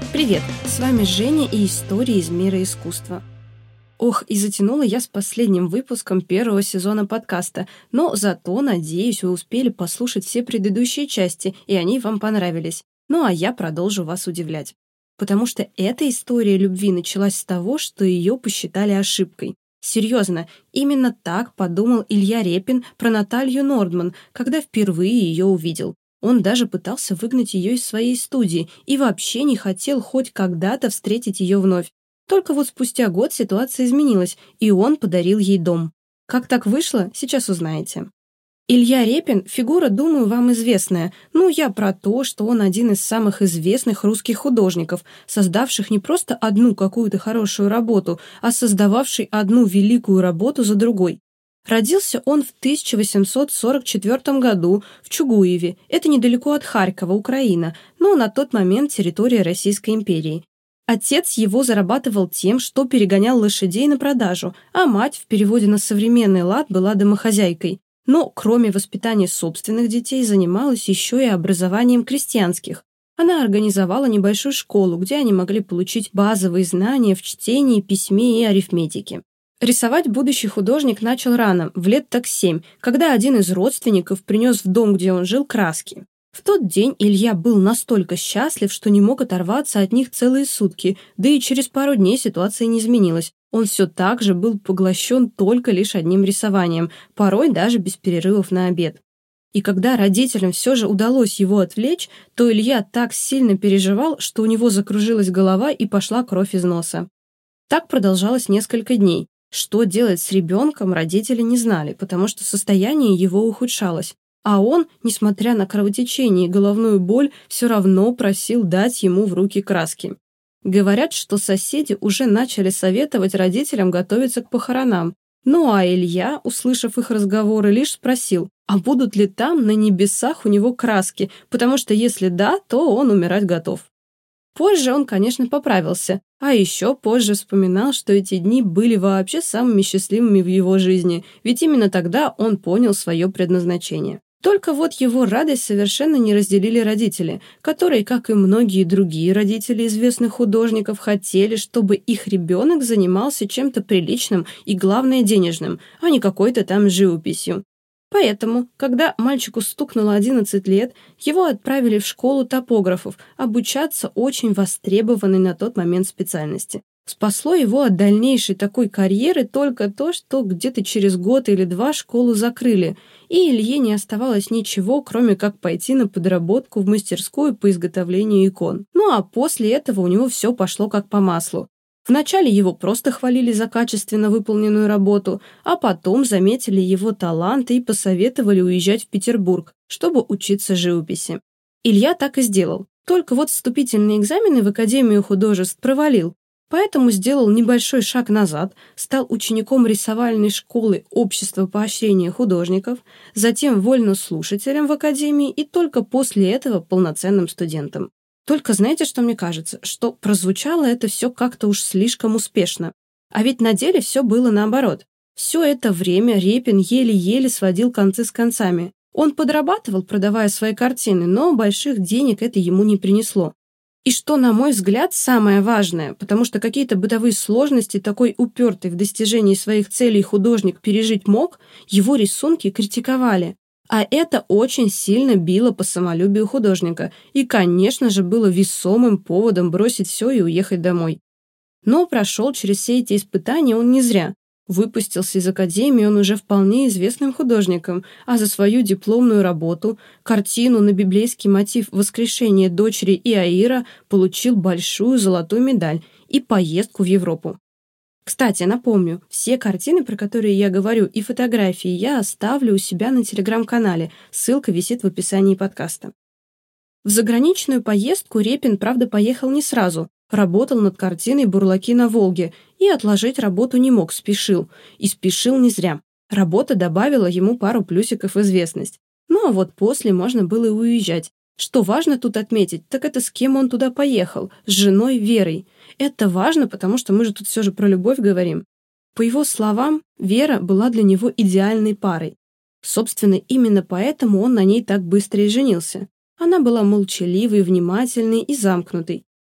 Привет, с вами Женя и истории из мира искусства. Ох, и затянула я с последним выпуском первого сезона подкаста, но зато, надеюсь, вы успели послушать все предыдущие части, и они вам понравились. Ну а я продолжу вас удивлять. Потому что эта история любви началась с того, что ее посчитали ошибкой. Серьезно, именно так подумал Илья Репин про Наталью Нордман, когда впервые ее увидел. Он даже пытался выгнать ее из своей студии и вообще не хотел хоть когда-то встретить ее вновь. Только вот спустя год ситуация изменилась, и он подарил ей дом. Как так вышло, сейчас узнаете. Илья Репин – фигура, думаю, вам известная. Я про то, что он один из самых известных русских художников, создавших не просто одну какую-то хорошую работу, а создававший одну великую работу за другой. Родился он в 1844 году в Чугуеве, это недалеко от Харькова, Украина, но на тот момент территория Российской империи. Отец его зарабатывал тем, что перегонял лошадей на продажу, а мать, в переводе на современный лад, была домохозяйкой. Но кроме воспитания собственных детей занималась еще и образованием крестьянских. Она организовала небольшую школу, где они могли получить базовые знания в чтении, письме и арифметике. Рисовать будущий художник начал рано, в лет так 7, когда один из родственников принес в дом, где он жил, краски. В тот день Илья был настолько счастлив, что не мог оторваться от них целые сутки, да и через пару дней ситуация не изменилась. Он все так же был поглощен только лишь одним рисованием, порой даже без перерывов на обед. И когда родителям все же удалось его отвлечь, то Илья так сильно переживал, что у него закружилась голова и пошла кровь из носа. Так продолжалось несколько дней. Что делать с ребенком, родители не знали, потому что состояние его ухудшалось. А он, несмотря на кровотечение и головную боль, все равно просил дать ему в руки краски. Говорят, что соседи уже начали советовать родителям готовиться к похоронам. Ну а Илья, услышав их разговоры, лишь спросил, а будут ли там на небесах у него краски, потому что если да, то он умирать готов. Позже он, конечно, поправился, а еще позже вспоминал, что эти дни были вообще самыми счастливыми в его жизни, ведь именно тогда он понял свое предназначение. Только вот его радость совершенно не разделили родители, которые, как и многие другие родители известных художников, хотели, чтобы их ребенок занимался чем-то приличным и, главное, денежным, а не какой-то там живописью. Поэтому, когда мальчику стукнуло 11 лет, его отправили в школу топографов обучаться очень востребованной на тот момент специальности. Спасло его от дальнейшей такой карьеры только то, что где-то через год или два школу закрыли, и Илье не оставалось ничего, кроме как пойти на подработку в мастерскую по изготовлению икон. А после этого у него все пошло как по маслу. Вначале его просто хвалили за качественно выполненную работу, а потом заметили его талант и посоветовали уезжать в Петербург, чтобы учиться живописи. Илья так и сделал. Только вот вступительные экзамены в Академию художеств провалил, поэтому сделал небольшой шаг назад, стал учеником рисовальной школы Общества поощрения художников, затем вольнослушателем в Академии и только после этого полноценным студентом. Только знаете, что мне кажется? Что прозвучало это все как-то уж слишком успешно. А ведь на деле все было наоборот. Все это время Репин еле-еле сводил концы с концами. Он подрабатывал, продавая свои картины, но больших денег это ему не принесло. И что, на мой взгляд, самое важное, потому что какие-то бытовые сложности такой упертый в достижении своих целей художник пережить мог, его рисунки критиковали. А это очень сильно било по самолюбию художника и, конечно же, было весомым поводом бросить все и уехать домой. Но прошел через все эти испытания он не зря. Выпустился из академии он уже вполне известным художником, а за свою дипломную работу, картину на библейский мотив воскрешения дочери Иаира, получил большую золотую медаль и поездку в Европу. Кстати, напомню, все картины, про которые я говорю, и фотографии я оставлю у себя на телеграм-канале, ссылка висит в описании подкаста. В заграничную поездку Репин, правда, поехал не сразу, работал над картиной «Бурлаки на Волге» и отложить работу не мог, спешил. И спешил не зря. Работа добавила ему пару плюсиков в известность. А вот после можно было и уезжать. Что важно тут отметить, так это с кем он туда поехал, с женой Верой. Это важно, потому что мы же тут все же про любовь говорим. По его словам, Вера была для него идеальной парой. Собственно, именно поэтому он на ней так быстро и женился. Она была молчаливой, внимательной и замкнутой.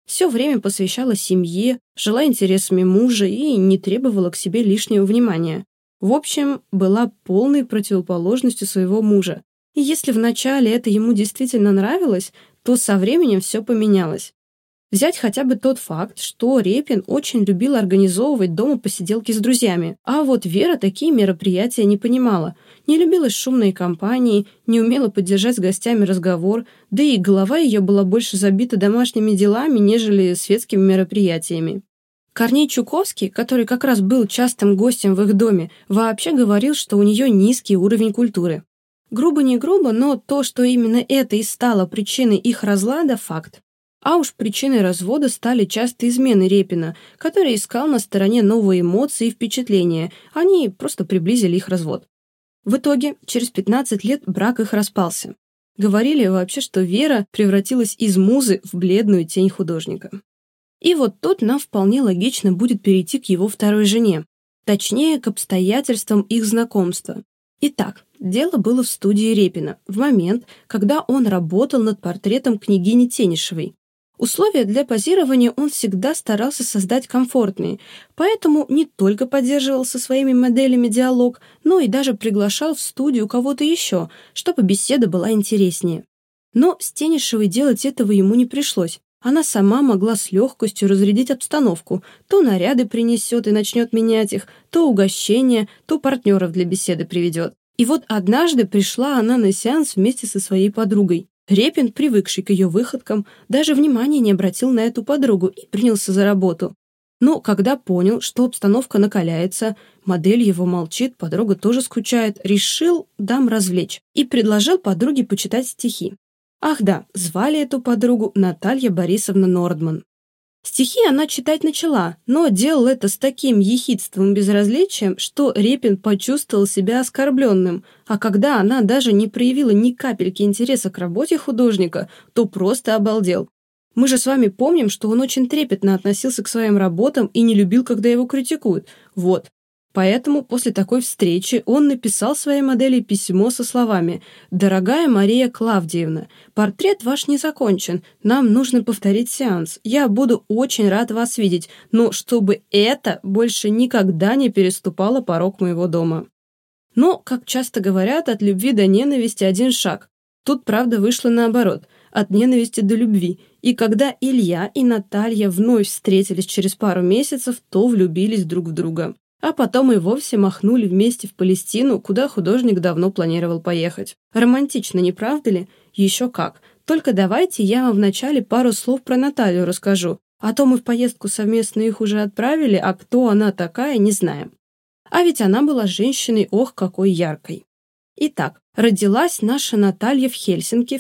Все время посвящала семье, жила интересами мужа и не требовала к себе лишнего внимания. В общем, была полной противоположностью своего мужа. И если вначале это ему действительно нравилось, то со временем все поменялось. Взять хотя бы тот факт, что Репин очень любил организовывать дома посиделки с друзьями, а вот Вера такие мероприятия не понимала, не любила шумные компании, не умела поддержать с гостями разговор, да и голова ее была больше забита домашними делами, нежели светскими мероприятиями. Корней Чуковский, который как раз был частым гостем в их доме, вообще говорил, что у нее низкий уровень культуры. Грубо не грубо, но то, что именно это и стало причиной их разлада, факт. А уж причиной развода стали частые измены Репина, который искал на стороне новые эмоции и впечатления, они просто приблизили их развод. В итоге, через 15 лет брак их распался. Говорили вообще, что Вера превратилась из музы в бледную тень художника. И вот тут нам вполне логично будет перейти к его второй жене, точнее, к обстоятельствам их знакомства. Итак, дело было в студии Репина, в момент, когда он работал над портретом княгини Тенишевой. Условия для позирования он всегда старался создать комфортные, поэтому не только поддерживал со своими моделями диалог, но и даже приглашал в студию кого-то еще, чтобы беседа была интереснее. Но с Тенишевой делать этого ему не пришлось. Она сама могла с легкостью разрядить обстановку, то наряды принесет и начнет менять их, то угощения, то партнеров для беседы приведет. И вот однажды пришла она на сеанс вместе со своей подругой. Репин, привыкший к ее выходкам, даже внимания не обратил на эту подругу и принялся за работу. Но когда понял, что обстановка накаляется, модель его молчит, подруга тоже скучает, решил дам развлечь и предложил подруге почитать стихи. Ах да, звали эту подругу Наталья Борисовна Нордман. Стихи она читать начала, но делал это с таким ехидством и безразличием, что Репин почувствовал себя оскорбленным, а когда она даже не проявила ни капельки интереса к работе художника, то просто обалдел. Мы же с вами помним, что он очень трепетно относился к своим работам и не любил, когда его критикуют. Вот. Поэтому после такой встречи он написал своей модели письмо со словами: «Дорогая Мария Клавдиевна, портрет ваш не закончен, нам нужно повторить сеанс. Я буду очень рад вас видеть, но чтобы это больше никогда не переступало порог моего дома». Но, как часто говорят, от любви до ненависти один шаг. Тут, правда, вышло наоборот, от ненависти до любви. И когда Илья и Наталья вновь встретились через пару месяцев, то влюбились друг в друга. А потом и вовсе махнули вместе в Палестину, куда художник давно планировал поехать. Романтично, не правда ли? Еще как. Только давайте я вам вначале пару слов про Наталью расскажу, а то мы в поездку совместно их уже отправили, а кто она такая, не знаем. А ведь она была женщиной, ох, какой яркой. Итак, родилась наша Наталья в Хельсинки в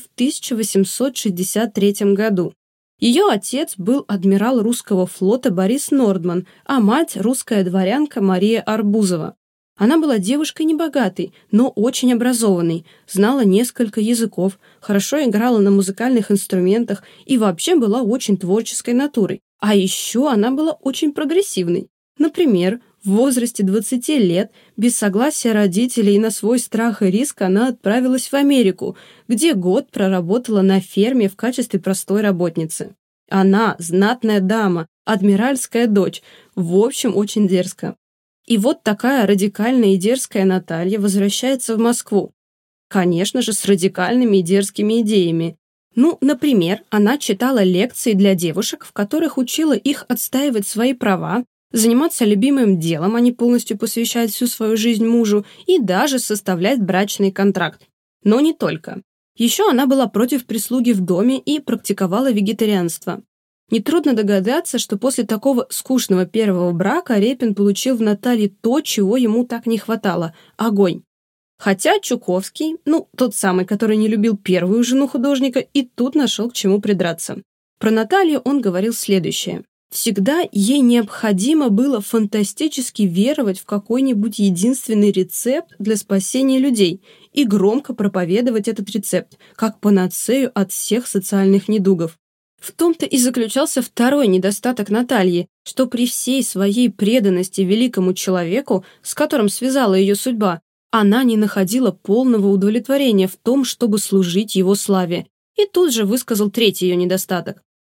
1863 году. Ее отец был адмирал русского флота Борис Нордман, а мать – русская дворянка Мария Арбузова. Она была девушкой небогатой, но очень образованной, знала несколько языков, хорошо играла на музыкальных инструментах и вообще была очень творческой натурой. А еще она была очень прогрессивной. Например, в возрасте 20 лет, без согласия родителей и на свой страх и риск, она отправилась в Америку, где год проработала на ферме в качестве простой работницы. Она знатная дама, адмиральская дочь, в общем, очень дерзко. И вот такая радикальная и дерзкая Наталья возвращается в Москву. Конечно же, с радикальными и дерзкими идеями. Ну, например, она читала лекции для девушек, в которых учила их отстаивать свои права, заниматься любимым делом, а не полностью посвящать всю свою жизнь мужу, и даже составлять брачный контракт. Но не только. Еще она была против прислуги в доме и практиковала вегетарианство. Нетрудно догадаться, что после такого скучного первого брака Репин получил в Наталье то, чего ему так не хватало – огонь. Хотя Чуковский, тот самый, который не любил первую жену художника, и тут нашел к чему придраться. Про Наталью он говорил следующее. Всегда ей необходимо было фантастически веровать в какой-нибудь единственный рецепт для спасения людей и громко проповедовать этот рецепт, как панацею от всех социальных недугов. В том-то и заключался второй недостаток Натальи, что при всей своей преданности великому человеку, с которым связала ее судьба, она не находила полного удовлетворения в том, чтобы служить его славе. И тут же высказал третий ее недостаток.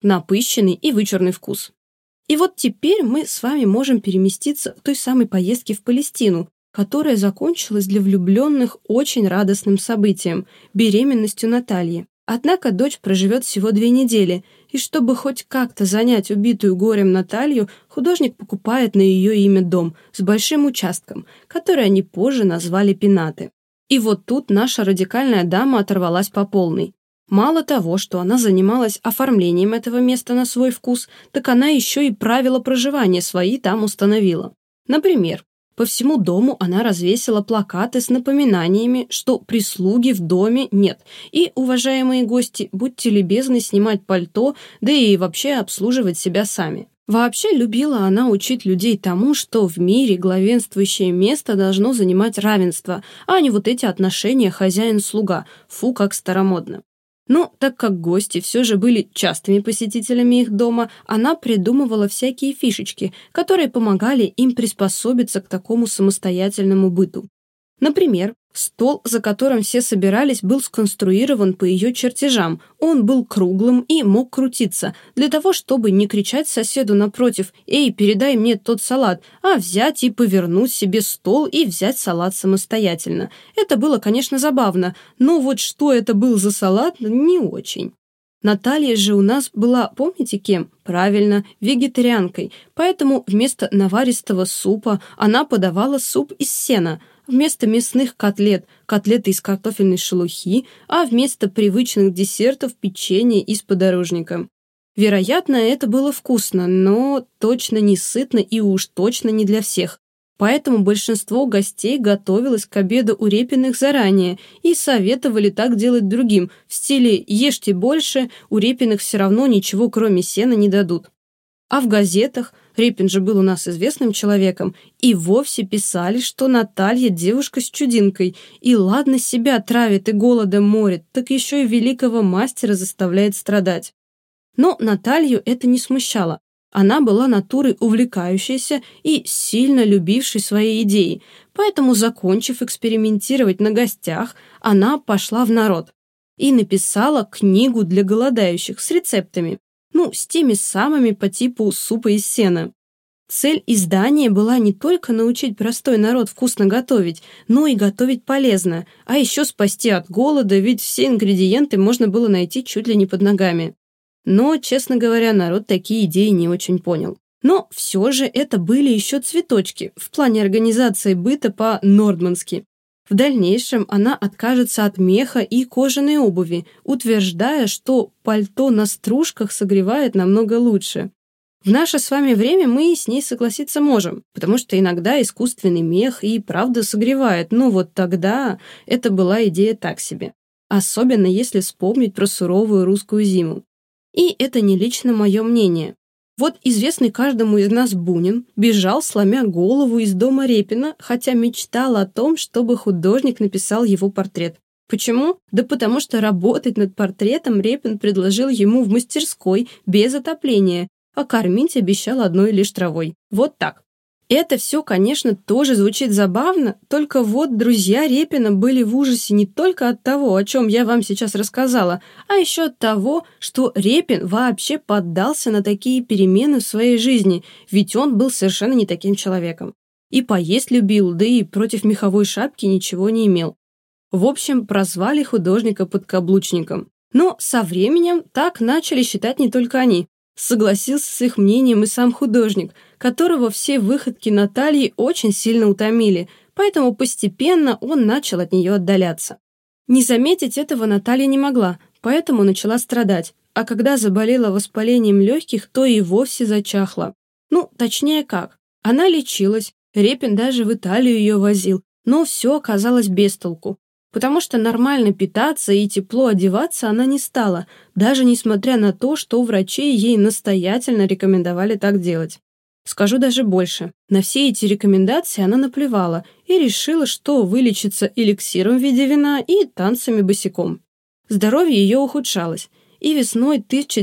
напыщенный и вычурный вкус. И вот теперь мы с вами можем переместиться в той самой поездке в Палестину, которая закончилась для влюбленных очень радостным событием – беременностью Натальи. Однако дочь проживет всего 2 недели, и чтобы хоть как-то занять убитую горем Наталью, художник покупает на ее имя дом с большим участком, который они позже назвали Пенаты. И вот тут наша радикальная дама оторвалась по полной. Мало того, что она занималась оформлением этого места на свой вкус, так она еще и правила проживания свои там установила. Например, по всему дому она развесила плакаты с напоминаниями, что прислуги в доме нет, и, уважаемые гости, будьте любезны снимать пальто, да и вообще обслуживать себя сами. Вообще любила она учить людей тому, что в мире главенствующее место должно занимать равенство, а не вот эти отношения хозяин-слуга, фу, как старомодно. Но так как гости все же были частыми посетителями их дома, она придумывала всякие фишечки, которые помогали им приспособиться к такому самостоятельному быту. Например, стол, за которым все собирались, был сконструирован по ее чертежам. Он был круглым и мог крутиться, для того, чтобы не кричать соседу напротив: «Эй, передай мне тот салат», а взять и повернуть себе стол и взять салат самостоятельно. Это было, конечно, забавно, но вот что это был за салат, не очень. Наталья же у нас была, помните кем? Правильно, вегетарианкой, поэтому вместо наваристого супа она подавала суп из сена, вместо мясных котлет – котлеты из картофельной шелухи, а вместо привычных десертов – печенье из подорожника. Вероятно, это было вкусно, но точно не сытно и уж точно не для всех. Поэтому большинство гостей готовилось к обеду у Репиных заранее и советовали так делать другим, в стиле «ешьте больше, у Репиных все равно ничего кроме сена не дадут». А в газетах, Репин же был у нас известным человеком, и вовсе писали, что Наталья девушка с чудинкой, и ладно себя травит и голодом морит, так еще и великого мастера заставляет страдать. Но Наталью это не смущало. Она была натурой увлекающейся и сильно любившей свои идеи, поэтому, закончив экспериментировать на гостях, она пошла в народ и написала книгу для голодающих с рецептами, с теми самыми по типу супа из сена. Цель издания была не только научить простой народ вкусно готовить, но и готовить полезно, а еще спасти от голода, ведь все ингредиенты можно было найти чуть ли не под ногами. Но, честно говоря, народ такие идеи не очень понял. Но все же это были еще цветочки в плане организации быта по-нордмански. В дальнейшем она откажется от меха и кожаной обуви, утверждая, что пальто на стружках согревает намного лучше. В наше с вами время мы с ней согласиться можем, потому что иногда искусственный мех и правда согревает, но вот тогда это была идея так себе. Особенно если вспомнить про суровую русскую зиму. И это не лично мое мнение. Вот известный каждому из нас Бунин бежал, сломя голову, из дома Репина, хотя мечтал о том, чтобы художник написал его портрет. Почему? Да потому что работать над портретом Репин предложил ему в мастерской без отопления, а кормить обещал одной лишь травой. Вот так. Это все, конечно, тоже звучит забавно, только вот друзья Репина были в ужасе не только от того, о чем я вам сейчас рассказала, а еще от того, что Репин вообще поддался на такие перемены в своей жизни, ведь он был совершенно не таким человеком. И поесть любил, да и против меховой шапки ничего не имел. В общем, прозвали художника подкаблучником. Но со временем так начали считать не только они. Согласился с их мнением и сам художник, которого все выходки Натальи очень сильно утомили, поэтому постепенно он начал от нее отдаляться. Не заметить этого Наталья не могла, поэтому начала страдать, а когда заболела воспалением легких, то и вовсе зачахла. Точнее как. Она лечилась, Репин даже в Италию ее возил, но все оказалось без толку. Потому что нормально питаться и тепло одеваться она не стала, даже несмотря на то, что врачи ей настоятельно рекомендовали так делать. Скажу даже больше. На все эти рекомендации она наплевала и решила, что вылечится эликсиром в виде вина и танцами босиком. Здоровье ее ухудшалось, и весной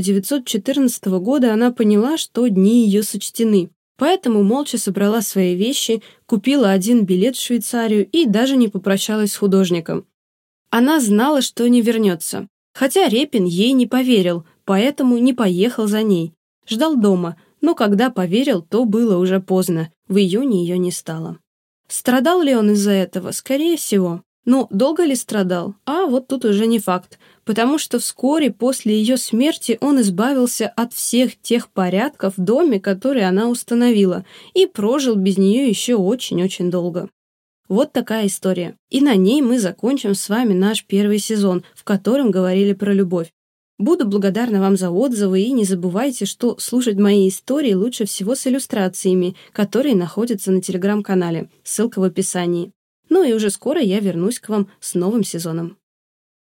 1914 года она поняла, что дни ее сочтены. Поэтому молча собрала свои вещи, купила один билет в Швейцарию и даже не попрощалась с художником. Она знала, что не вернется. Хотя Репин ей не поверил, поэтому не поехал за ней. Ждал дома, но когда поверил, то было уже поздно, в июне ее не стало. Страдал ли он из-за этого? Скорее всего. Но долго ли страдал? А вот тут уже не факт, потому что вскоре после ее смерти он избавился от всех тех порядков в доме, которые она установила, и прожил без нее еще очень-очень долго. Вот такая история. И на ней мы закончим с вами наш первый сезон, в котором говорили про любовь. Буду благодарна вам за отзывы, и не забывайте, что слушать мои истории лучше всего с иллюстрациями, которые находятся на телеграм-канале, ссылка в описании. Ну и уже скоро я вернусь к вам с новым сезоном.